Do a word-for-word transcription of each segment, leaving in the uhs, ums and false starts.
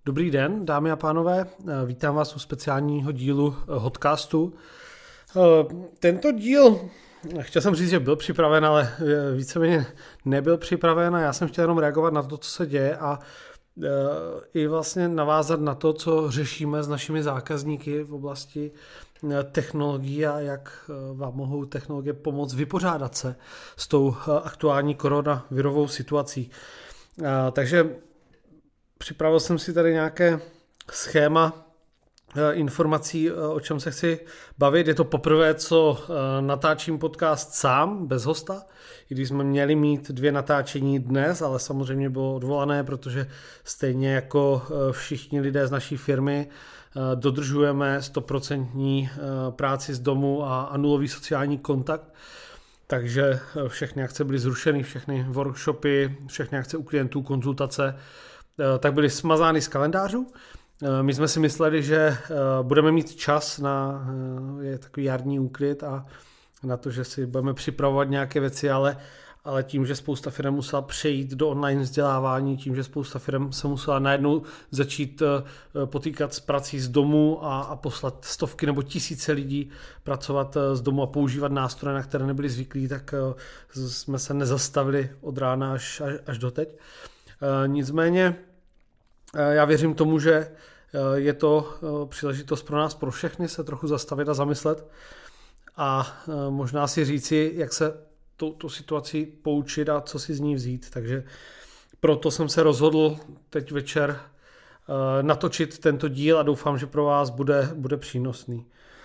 Dobrý den, dámy a pánové, vítám vás u speciálního dílu Hodcastu. Tento díl, chtěl jsem říct, že byl připraven, ale víceméně nebyl připraven a já jsem chtěl jenom reagovat na to, co se děje a i vlastně navázat na to, co řešíme s našimi zákazníky v oblasti technologií a jak vám mohou technologie pomoct vypořádat se s tou aktuální koronavirovou situací. Takže připravil jsem si tady nějaké schéma informací, o čem se chci bavit. Je to poprvé, co natáčím podcast sám, bez hosta, i když jsme měli mít dvě natáčení dnes, ale samozřejmě bylo odvolané, protože stejně jako všichni lidé z naší firmy dodržujeme stoprocentní práci z domu a nulový sociální kontakt. Takže všechny akce byly zrušeny, všechny workshopy, všechny akce u klientů, konzultace, tak byly smazány z kalendářů. My jsme si mysleli, že budeme mít čas na je takový jarní úklid a na to, že si budeme připravovat nějaké věci, ale, ale tím, že spousta firm musela přejít do online vzdělávání, tím, že spousta firm se musela najednou začít potýkat s prací z domu a, a poslat stovky nebo tisíce lidí pracovat z domu a používat nástroje, na které nebyli zvyklí, tak jsme se nezastavili od rána až, až, až doteď. Nicméně já věřím tomu, že je to příležitost pro nás, pro všechny se trochu zastavit a zamyslet a možná si říci, jak se tu situaci poučit a co si z ní vzít. Takže proto jsem se rozhodl teď večer natočit tento díl a doufám, že pro vás bude, bude přínosný.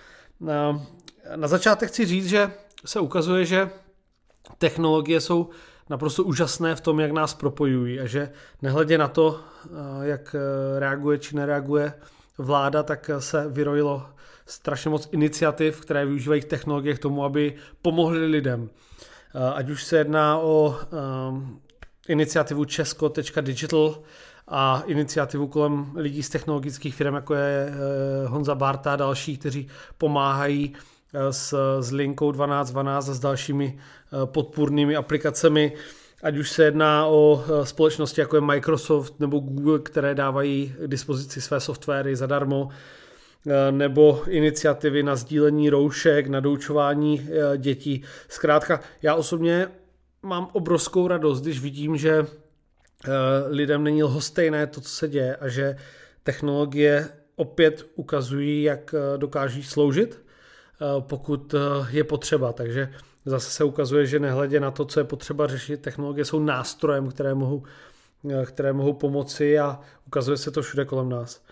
Na začátek chci říct, že se ukazuje, že technologie jsou naprosto úžasné v tom, jak nás propojují a že nehledě na to, jak reaguje či nereaguje vláda, tak se vyrojilo strašně moc iniciativ, které využívají technologie k tomu, aby pomohly lidem. Ať už se jedná o iniciativu česko tečka digital a iniciativu kolem lidí z technologických firm, jako je Honza Bárta a další, kteří pomáhají s, s linkou dvanáct dvanáct a s dalšími podpůrnými aplikacemi, ať už se jedná o společnosti jako je Microsoft nebo Google, které dávají k dispozici své softwary zadarmo, nebo iniciativy na sdílení roušek, na doučování dětí. Zkrátka, já osobně mám obrovskou radost, když vidím, že lidem není lhostejné to, co se děje a že technologie opět ukazují, jak dokáží sloužit, pokud je potřeba. Takže zase se ukazuje, že nehledě na to, co je potřeba řešit, technologie jsou nástrojem, které mohou, které mohou pomoci a ukazuje se to všude kolem nás.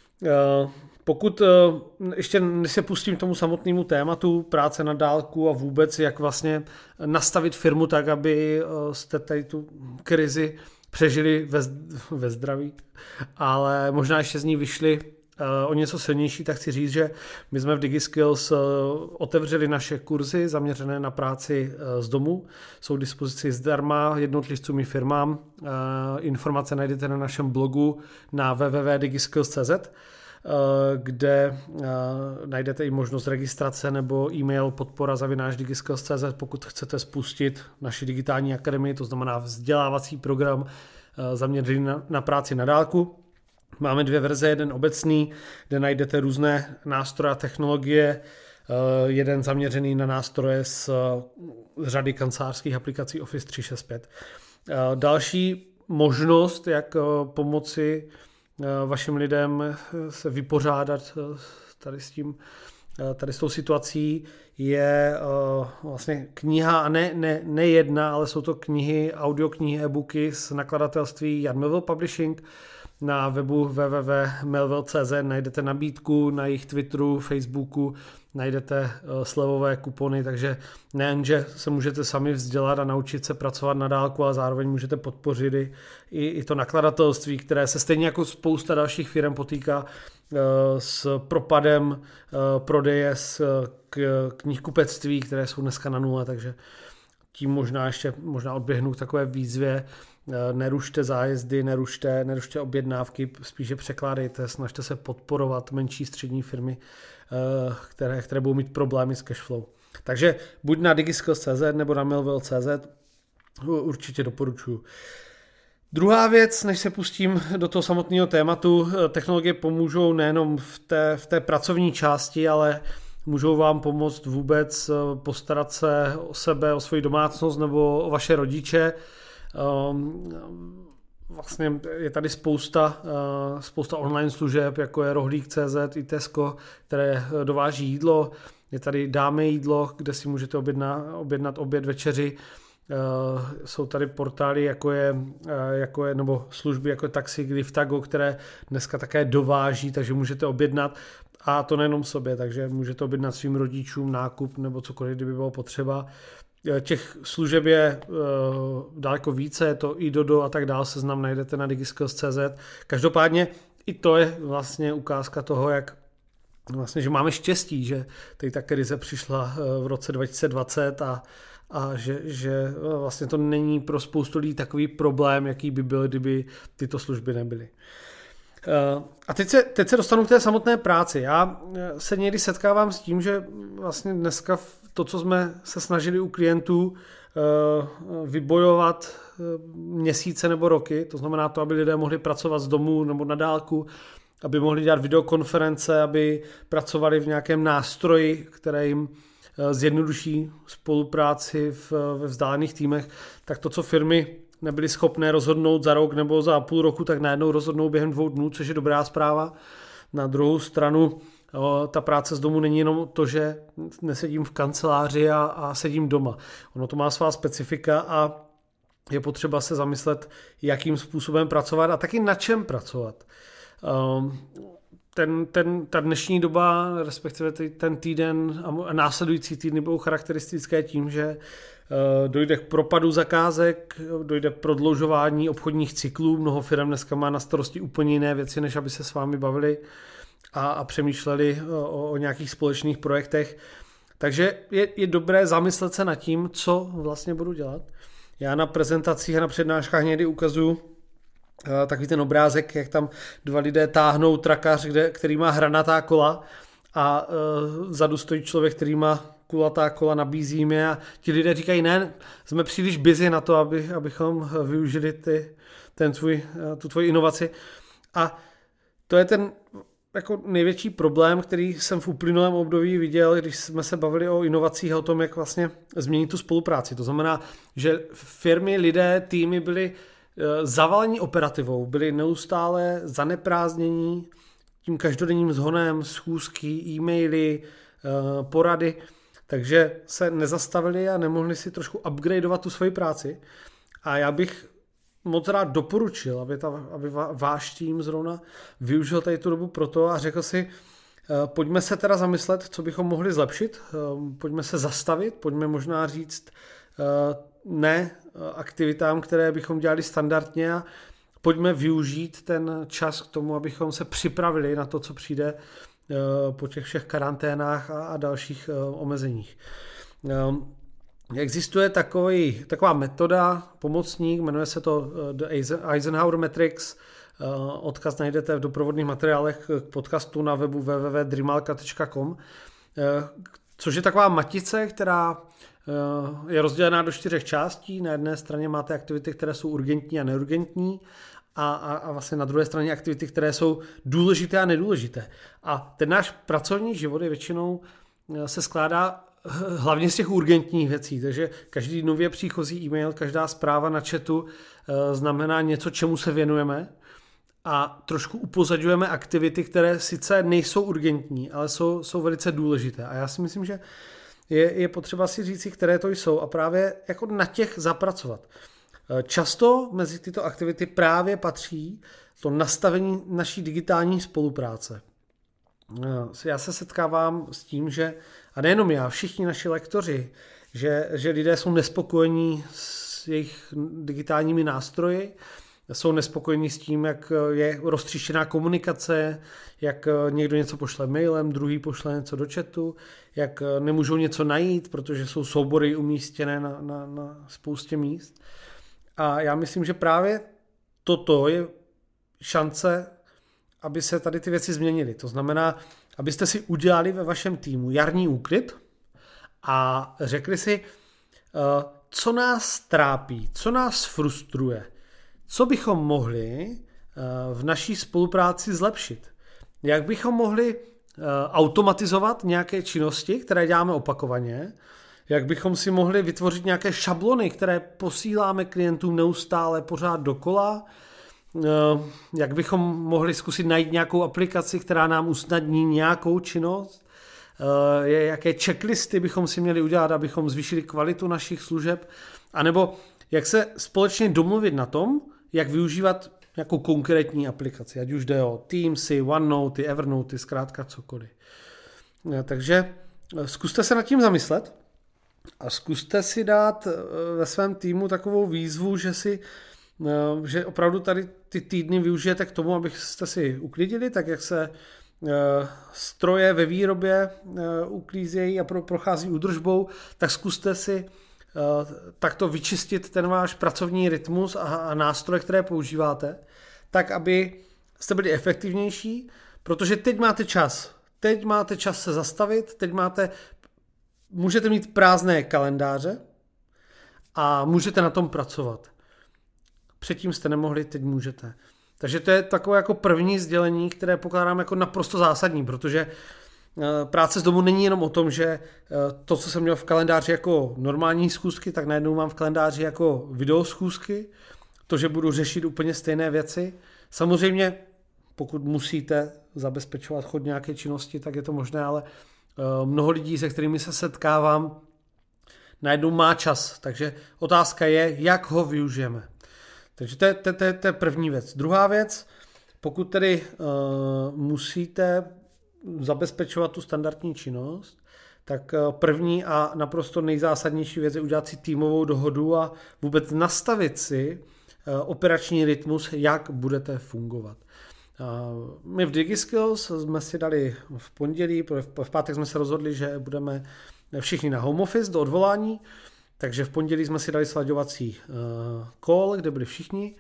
Pokud ještě než se pustím k tomu samotnému tématu práce na dálku a vůbec jak vlastně nastavit firmu tak, aby jste tady tu krizi přežili ve, ve zdraví, ale možná ještě z ní vyšli o něco silnější, tak chci říct, že my jsme v DigiSkills otevřeli naše kurzy zaměřené na práci z domu. Jsou k dispozici zdarma jednotlivcům i firmám. Informace najdete na našem blogu na w w w tečka digiskills tečka c z, kde najdete i možnost registrace nebo e-mail podpora zavináč digiskills tečka c z, pokud chcete spustit naši digitální akademii, to znamená vzdělávací program zaměřený na, na práci na dálku. Máme dvě verze, jeden obecný, kde najdete různé nástroje a technologie, jeden zaměřený na nástroje z řady kancelářských aplikací Office tři šedesát pět. Další možnost, jak pomoci vašim lidem se vypořádat tady s tím, tady s tou situací, je vlastně kniha, a ne, ne, ne jedna, ale jsou to knihy, audioknihy, e-booky z nakladatelství Jan Melville Publishing. Na webu w w w tečka melville tečka c z najdete nabídku, na jejich Twitteru, Facebooku najdete slevové kupony, takže nejen, že se můžete sami vzdělat a naučit se pracovat na dálku, a zároveň můžete podpořit i, i, i to nakladatelství, které se stejně jako spousta dalších firm potýká s propadem prodeje z knihkupectví, které jsou dneska na nule, takže tím možná ještě možná odběhnu k takové výzvě. Nerušte zájezdy, nerušte, nerušte objednávky, spíše překládejte, snažte se podporovat menší střední firmy, které, které budou mít problémy s cashflow. Takže buď na digiskills tečka c z nebo na melville tečka c z určitě doporučuji. Druhá věc, než se pustím do toho samotného tématu, technologie pomůžou nejenom v té, v té pracovní části, ale můžou vám pomoct vůbec postarat se o sebe, o svoji domácnost nebo o vaše rodiče. Vlastně je tady spousta, spousta online služeb, jako je Rohlík tečka cé zet i Tesco, které dováží jídlo. Je tady Dáme jídlo, kde si můžete objednat, objednat oběd, večeři. Jsou tady portály, jako je, jako je, nebo služby jako je Taxi, Liftago, které dneska také dováží, takže můžete objednat. A to nejenom sobě, takže můžete objednat svým rodičům nákup nebo cokoliv, kdyby bylo potřeba. Těch služeb je uh, daleko více, je to i Dodo a tak dále, seznam najdete na digiskills tečka cé zet. Každopádně i to je vlastně ukázka toho, jak vlastně, že máme štěstí, že tady ta krize přišla v roce dva tisíce dvacet a, a že, že vlastně to není pro spoustu lidí takový problém, jaký by byl, kdyby tyto služby nebyly. A teď se, teď se dostanu k té samotné práci. Já se někdy setkávám s tím, že vlastně dneska to, co jsme se snažili u klientů vybojovat měsíce nebo roky, to znamená to, aby lidé mohli pracovat z domu nebo na dálku, aby mohli dělat videokonference, aby pracovali v nějakém nástroji, které jim zjednoduší spolupráci v, ve vzdálených týmech, tak to, co firmy nebyly schopné rozhodnout za rok nebo za půl roku, tak najednou rozhodnou během dvou dnů, což je dobrá zpráva. Na druhou stranu ta práce z domu není jenom to, že nesedím v kanceláři a, a sedím doma. Ono to má svá specifika a je potřeba se zamyslet, jakým způsobem pracovat a taky na čem pracovat. Ten, ten, ta dnešní doba, respektive ten týden a následující týdny budou charakteristické tím, že dojde k propadu zakázek, dojde k prodloužování obchodních cyklů. Mnoho firm dneska má na starosti úplně jiné věci, než aby se s vámi bavili a, a přemýšleli o, o nějakých společných projektech. Takže je, je dobré zamyslet se nad tím, co vlastně budu dělat. Já na prezentacích a na přednáškách někdy ukazuju takový ten obrázek, jak tam dva lidé táhnou trakař, kde, který má hranatá kola a uh, vzadu stojí člověk, který má kulatá kola, nabízí jim je a ti lidé říkají, ne, jsme příliš busy na to, aby, abychom využili ty, ten tvůj, tu tvoji inovaci. A to je ten jako největší problém, který jsem v uplynulém období viděl, když jsme se bavili o inovacích a o tom, jak vlastně změnit tu spolupráci. To znamená, že firmy, lidé, týmy byly zavalení operativou, byli neustále zaneprázdnění tím každodenním zhonem, schůzky, e-maily, porady, takže se nezastavili a nemohli si trošku upgradeovat tu svoji práci. A já bych moc rád doporučil, aby, ta, aby váš tým zrovna využil tady tu dobu proto a řekl si, pojďme se teda zamyslet, co bychom mohli zlepšit, pojďme se zastavit, pojďme možná říct ne aktivitám, které bychom dělali standardně a pojďme využít ten čas k tomu, abychom se připravili na to, co přijde po těch všech karanténách a dalších omezeních. Existuje takový, taková metoda, pomocník, jmenuje se to The Eisenhower Matrix, odkaz najdete v doprovodných materiálech k podcastu na webu w w w tečka dreamalka tečka com, což je taková matice, která je rozdělená do čtyřech částí. Na jedné straně máte aktivity, které jsou urgentní a neurgentní a, a, a vlastně na druhé straně aktivity, které jsou důležité a nedůležité. A ten náš pracovní život je většinou se skládá hlavně z těch urgentních věcí, takže každý nově příchozí e-mail, každá zpráva na chatu znamená něco, čemu se věnujeme a trošku upozadňujeme aktivity, které sice nejsou urgentní, ale jsou, jsou velice důležité. A já si myslím, že je, je potřeba si říct, které to jsou a právě jako na těch zapracovat. Často mezi tyto aktivity právě patří to nastavení naší digitální spolupráce. Já se setkávám s tím, že, a nejenom já, všichni naši lektoři, že, že lidé jsou nespokojení s jejich digitálními nástroji, jsou nespokojení s tím, jak je roztříštěná komunikace, jak někdo něco pošle mailem, druhý pošle něco do chatu, jak nemůžou něco najít, protože jsou soubory umístěné na, na, na spoustě míst. A já myslím, že právě toto je šance, aby se tady ty věci změnily. To znamená, abyste si udělali ve vašem týmu jarní úklid a řekli si, co nás trápí, co nás frustruje, co bychom mohli v naší spolupráci zlepšit. Jak bychom mohli automatizovat nějaké činnosti, které děláme opakovaně, jak bychom si mohli vytvořit nějaké šablony, které posíláme klientům neustále pořád dokola, jak bychom mohli zkusit najít nějakou aplikaci, která nám usnadní nějakou činnost, jaké checklisty bychom si měli udělat, abychom zvýšili kvalitu našich služeb, anebo jak se společně domluvit na tom, jak využívat nějakou konkrétní aplikaci, ať už jde o Teamsy, OneNote, Evernote, zkrátka cokoliv. Takže zkuste se nad tím zamyslet a zkuste si dát ve svém týmu takovou výzvu, že si že opravdu tady ty týdny využijete k tomu, abyste si uklidili, tak jak se stroje ve výrobě uklízejí a prochází údržbou, tak zkuste si takto vyčistit ten váš pracovní rytmus a nástroje, které používáte, tak, aby jste byli efektivnější, protože teď máte čas. Teď máte čas se zastavit, teď máte, můžete mít prázdné kalendáře a můžete na tom pracovat. Předtím jste nemohli, teď můžete. Takže to je takové jako první sdělení, které pokládám jako naprosto zásadní, protože práce z domu není jenom o tom, že to, co jsem měl v kalendáři jako normální schůzky, tak najednou mám v kalendáři jako videoschůzky, to, že budu řešit úplně stejné věci. Samozřejmě, pokud musíte zabezpečovat chod nějaké činnosti, tak je to možné, ale mnoho lidí, se kterými se setkávám, najednou má čas. Takže otázka je, jak ho využijeme. Takže to je, to, to, to je první věc. Druhá věc, pokud tedy uh, musíte zabezpečovat tu standardní činnost, tak první a naprosto nejzásadnější věc je udělat si týmovou dohodu a vůbec nastavit si operační rytmus, jak budete fungovat. My v DigiSkills jsme si dali v pondělí, v pátek jsme se rozhodli, že budeme všichni na home office do odvolání, takže v pondělí jsme si dali slaďovací call, kde byli všichni,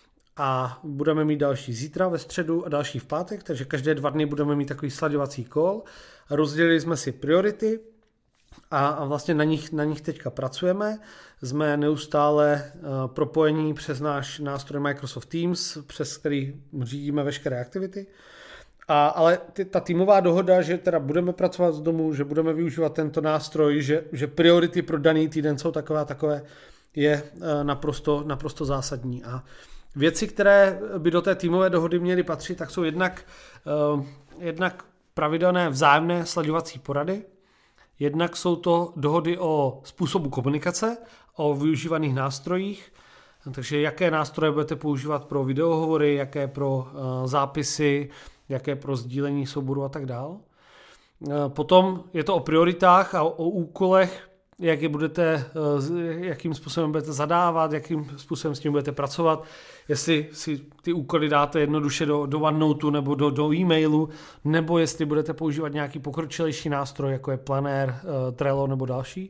a budeme mít další zítra ve středu a další v pátek, takže každé dva dny budeme mít takový slaďovací call. Rozdělili jsme si priority a, a vlastně na nich, na nich teďka pracujeme. Jsme neustále uh, propojení přes náš nástroj Microsoft Teams, přes který řídíme veškeré aktivity. A, ale ty, ta týmová dohoda, že teda budeme pracovat z domu, že budeme využívat tento nástroj, že, že priority pro daný týden jsou takové a takové, je uh, naprosto, naprosto zásadní. A věci, které by do té týmové dohody měly patřit, tak jsou jednak, uh, jednak pravidelné vzájemné slaďovací porady, jednak jsou to dohody o způsobu komunikace, o využívaných nástrojích, takže jaké nástroje budete používat pro videohovory, jaké pro uh, zápisy, jaké pro sdílení souboru a tak dál. Uh, potom je to o prioritách a o úkolech, jak je budete, jakým způsobem budete zadávat, jakým způsobem s tím budete pracovat, jestli si ty úkoly dáte jednoduše do, do OneNote nebo do, do e-mailu, nebo jestli budete používat nějaký pokročilejší nástroj, jako je Planner, Trello nebo další.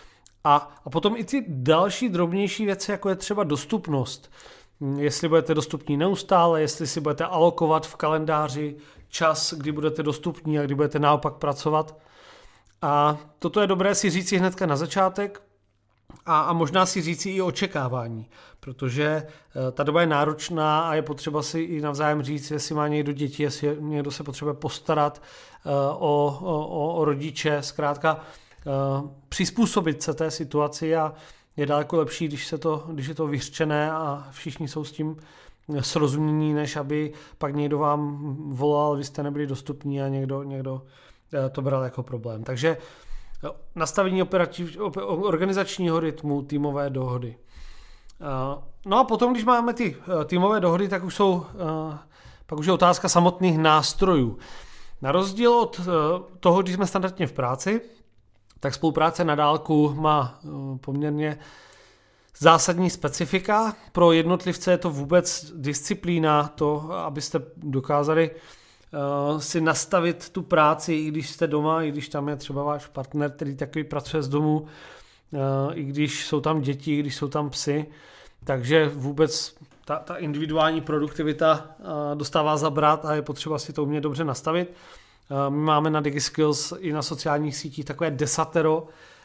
A, a potom i ty další drobnější věci, jako je třeba dostupnost. Jestli budete dostupní neustále, jestli si budete alokovat v kalendáři čas, kdy budete dostupní a kdy budete naopak pracovat. A toto je dobré si říci hnedka na začátek a, a možná si říci i očekávání, protože ta doba je náročná a je potřeba si i navzájem říct, jestli má někdo děti, jestli někdo se potřebuje postarat o, o, o rodiče, zkrátka přizpůsobit se té situaci a je daleko lepší, když, se to, když je to vyřčené a všichni jsou s tím srozumění, než aby pak někdo vám volal, vy jste nebyli dostupní a někdo, někdo to bral jako problém. Takže nastavení operativ, organizačního rytmu, týmové dohody. No a potom, když máme ty týmové dohody, tak už jsou, pak už je otázka samotných nástrojů. Na rozdíl od toho, když jsme standardně v práci, tak spolupráce na dálku má poměrně zásadní specifika. Pro jednotlivce je to vůbec disciplína, to, abyste dokázali si nastavit tu práci, i když jste doma, i když tam je třeba váš partner, který takový pracuje z domu, i když jsou tam děti, i když jsou tam psy, takže vůbec ta, ta individuální produktivita dostává zabrat a je potřeba si to umět dobře nastavit. My máme na DigiSkills i na sociálních sítích takové desatero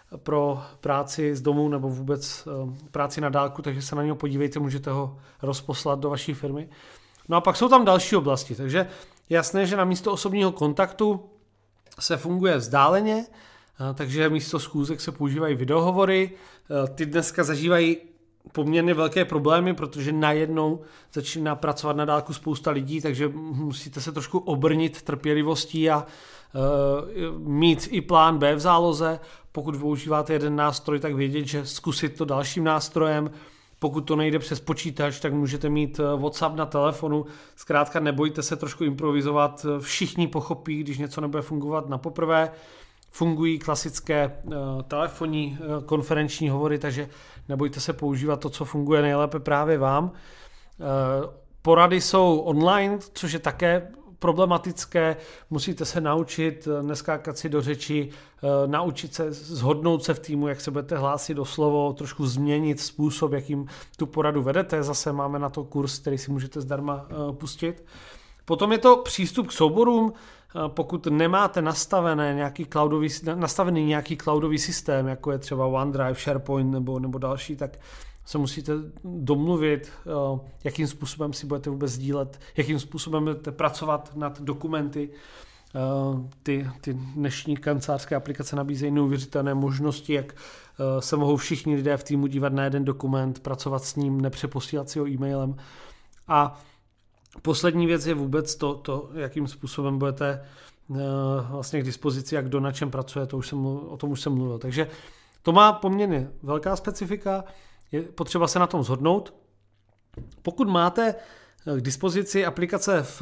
pro práci z domu nebo vůbec práci na dálku, takže se na něho podívejte, můžete ho rozposlat do vaší firmy. No a pak jsou tam další oblasti, takže jasné, že na místo osobního kontaktu se funguje vzdáleně, takže místo schůzek se používají videohovory. Ty dneska zažívají poměrně velké problémy, protože najednou začíná pracovat na dálku spousta lidí, takže musíte se trošku obrnit trpělivostí a uh, mít i plán B v záloze. Pokud využíváte jeden nástroj, tak vědět, že zkusit to dalším nástrojem. Pokud to nejde přes počítač, tak můžete mít WhatsApp na telefonu. Zkrátka nebojte se trošku improvizovat. Všichni pochopí, když něco nebude fungovat na poprvé. Fungují klasické uh, telefonní uh, konferenční hovory, takže nebojte se používat to, co funguje nejlépe právě vám. Uh, porady jsou online, což je také problematické. Musíte se naučit neskákat si do řeči, uh, naučit se shodnout se v týmu, jak se budete hlásit do slovo, trošku změnit způsob, jakým tu poradu vedete. Zase máme na to kurz, který si můžete zdarma uh, pustit. Potom je to přístup k souborům. Pokud nemáte nastavené nějaký cloudový, nastavený nějaký cloudový systém, jako je třeba OneDrive, SharePoint nebo, nebo další, tak se musíte domluvit, jakým způsobem si budete vůbec sdílet, jakým způsobem budete pracovat nad dokumenty. Ty, ty dnešní kancelářské aplikace nabízejí neuvěřitelné možnosti, jak se mohou všichni lidé v týmu dívat na jeden dokument, pracovat s ním, nepřeposílat si ho e-mailem. A poslední věc je vůbec to, to jakým způsobem budete uh, vlastně k dispozici, jak kdo na čem pracuje, to už jsem, o tom už jsem mluvil. Takže to má poměrně velká specifika, je potřeba se na tom shodnout. Pokud máte k dispozici aplikace v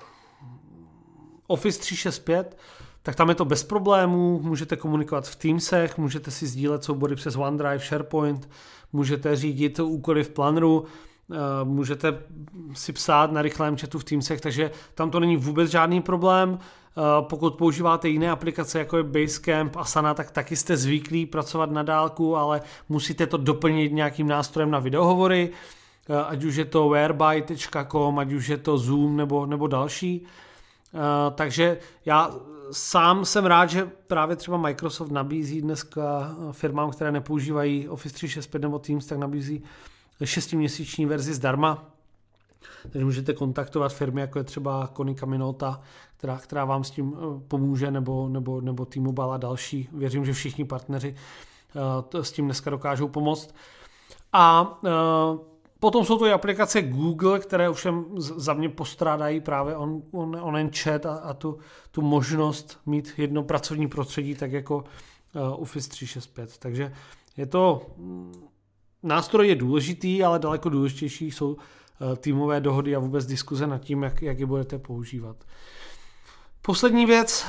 Office tři šedesát pět, tak tam je to bez problémů, můžete komunikovat v Teamsech, můžete si sdílet soubory přes OneDrive, SharePoint, můžete řídit úkoly v Planneru, můžete si psát na rychlém chatu v Teamsech, takže tam to není vůbec žádný problém. Pokud používáte jiné aplikace, jako je Basecamp, Asana, tak taky jste zvyklí pracovat na dálku, ale musíte to doplnit nějakým nástrojem na videohovory, ať už je to whereby tečka com, ať už je to Zoom nebo, nebo další. Takže já sám jsem rád, že právě třeba Microsoft nabízí dneska firmám, které nepoužívají Office tři šedesát pět nebo Teams, tak nabízí šestiměsíční verzi zdarma. Takže můžete kontaktovat firmy, jako je třeba Konica Minolta, která, která vám s tím pomůže, nebo, nebo, nebo T-Mobile a další. Věřím, že všichni partneři uh, s tím dneska dokážou pomoct. A uh, potom jsou to i aplikace Google, které ovšem za mě postrádají právě on, on, onen chat a, a tu, tu možnost mít jedno pracovní prostředí, tak jako uh, Office tři šedesát pět. Takže je to... Nástroj je důležitý, ale daleko důležitější jsou týmové dohody a vůbec diskuze nad tím, jak, jak je budete používat. Poslední věc.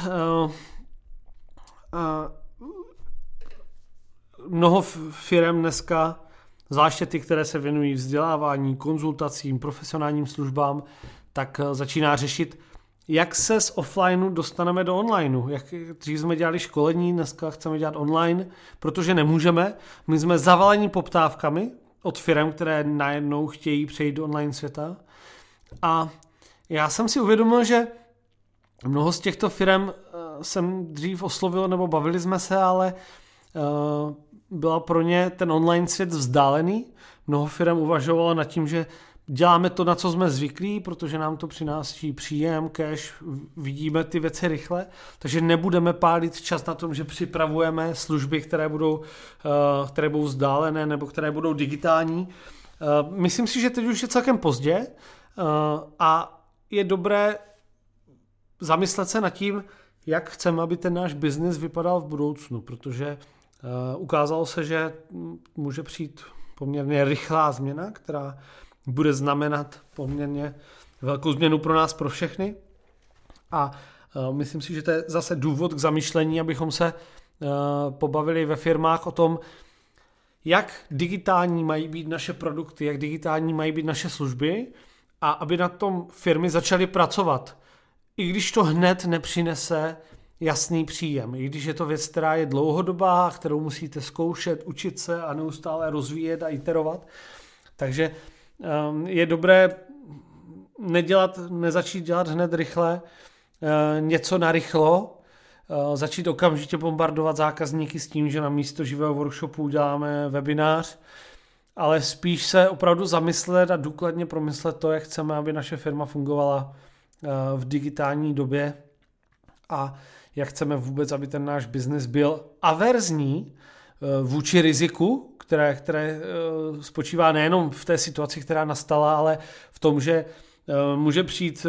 Mnoho firem dneska, zvláště ty, které se věnují vzdělávání, konzultacím, profesionálním službám, tak začíná řešit, jak se z offlineu dostaneme do onlineu. Jak dřív jsme dělali školení, dneska chceme dělat online, protože nemůžeme. My jsme zavaleni poptávkami od firem, které najednou chtějí přejít do online světa. A já jsem si uvědomil, že mnoho z těchto firem jsem dřív oslovil nebo bavili jsme se, ale byla pro ně ten online svět vzdálený. Mnoho firem uvažovalo nad tím, že děláme to, na co jsme zvyklí, protože nám to přináší příjem, cash, vidíme ty věci rychle, takže nebudeme pálit čas na tom, že připravujeme služby, které budou, které budou vzdálené nebo které budou digitální. Myslím si, že teď už je celkem pozdě a je dobré zamyslet se nad tím, jak chceme, aby ten náš biznis vypadal v budoucnu, protože ukázalo se, že může přijít poměrně rychlá změna, která bude znamenat poměrně velkou změnu pro nás, pro všechny. A uh, myslím si, že to je zase důvod k zamyšlení, abychom se uh, pobavili ve firmách o tom, jak digitální mají být naše produkty, jak digitální mají být naše služby a aby na tom firmy začaly pracovat. I když to hned nepřinese jasný příjem, i když je to věc, která je dlouhodobá, kterou musíte zkoušet, učit se a neustále rozvíjet a iterovat. Takže je dobré nedělat, nezačít dělat hned rychle něco narychlo, začít okamžitě bombardovat zákazníky s tím, že na místo živého workshopu uděláme webinář, ale spíš se opravdu zamyslet a důkladně promyslet to, jak chceme, aby naše firma fungovala v digitální době a jak chceme vůbec, aby ten náš biznes byl averzní vůči riziku, které, které spočívá nejenom v té situaci, která nastala, ale v tom, že může přijít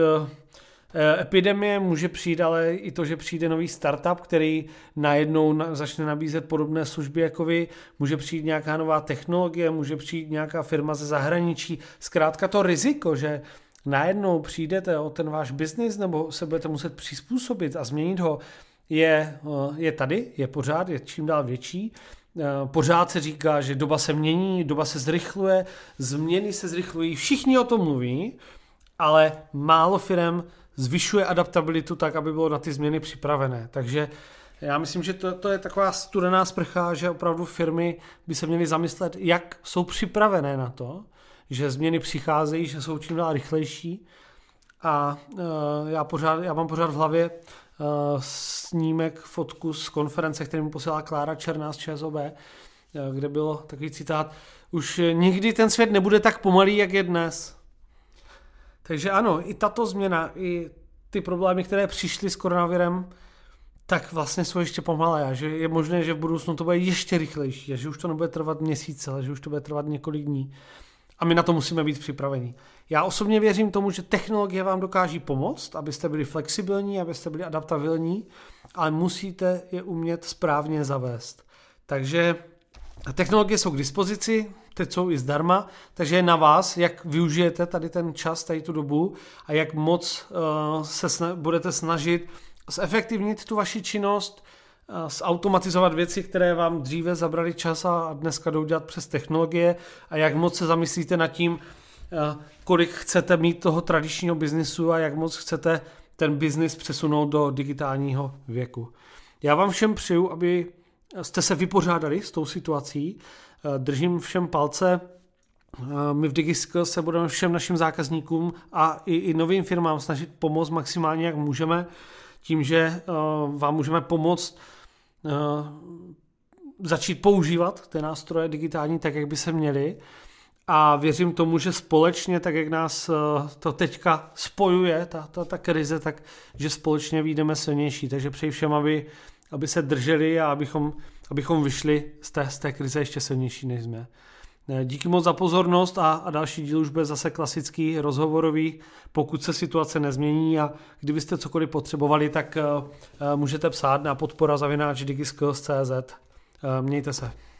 epidemie, může přijít ale i to, že přijde nový startup, který najednou začne nabízet podobné služby jako vy, může přijít nějaká nová technologie, může přijít nějaká firma ze zahraničí. Zkrátka to riziko, že najednou přijdete o ten váš biznis nebo se budete muset přizpůsobit a změnit ho, je, je tady, je pořád, je čím dál větší. Pořád se říká, že doba se mění, doba se zrychluje, změny se zrychlují, všichni o tom mluví, ale málo firem zvyšuje adaptabilitu tak, aby bylo na ty změny připravené. Takže já myslím, že to, to je taková studená sprcha, že opravdu firmy by se měly zamyslet, jak jsou připravené na to, že změny přicházejí, že jsou čím dál rychlejší. A uh, já, pořád, já mám pořád v hlavě uh, snímek, fotku z konference, který mi posílala Klára Černá z ČSOB, uh, kde bylo takový citát: už nikdy ten svět nebude tak pomalý, jak je dnes. Takže ano, i tato změna, i ty problémy, které přišly s koronavirem, tak vlastně jsou ještě pomalé a že je možné, že v budoucnu to bude ještě rychlejší a že už to nebude trvat měsíce, ale že už to bude trvat několik dní. A my na to musíme být připraveni. Já osobně věřím tomu, že technologie vám dokáží pomoct, abyste byli flexibilní, abyste byli adaptabilní, ale musíte je umět správně zavést. Takže technologie jsou k dispozici, teď jsou i zdarma, takže je na vás, jak využijete tady ten čas, tady tu dobu a jak moc uh, se sna- budete snažit zefektivnit tu vaši činnost, uh, zautomatizovat věci, které vám dříve zabrali čas a dneska jdou dělat přes technologie a jak moc se zamyslíte nad tím, uh, kolik chcete mít toho tradičního biznisu a jak moc chcete ten biznis přesunout do digitálního věku. Já vám všem přeju, aby jste se vypořádali s tou situací. Držím všem palce. My v DigiSkills se budeme všem našim zákazníkům a i, i novým firmám snažit pomoct maximálně, jak můžeme, tím, že vám můžeme pomoct začít používat ty nástroje digitální tak, jak by se měly. A věřím tomu, že společně, tak jak nás to teďka spojuje, ta, ta, ta krize, tak že společně vyjdeme silnější. Takže přeji všem, aby aby se drželi a abychom, abychom vyšli z té, z té krize ještě silnější, než jsme. Díky moc za pozornost a, a další díl už bude zase klasický, rozhovorový, pokud se situace nezmění a kdybyste cokoliv potřebovali, tak uh, můžete psát na podpora zavináč digiskills tečka cé zet. Uh, mějte se.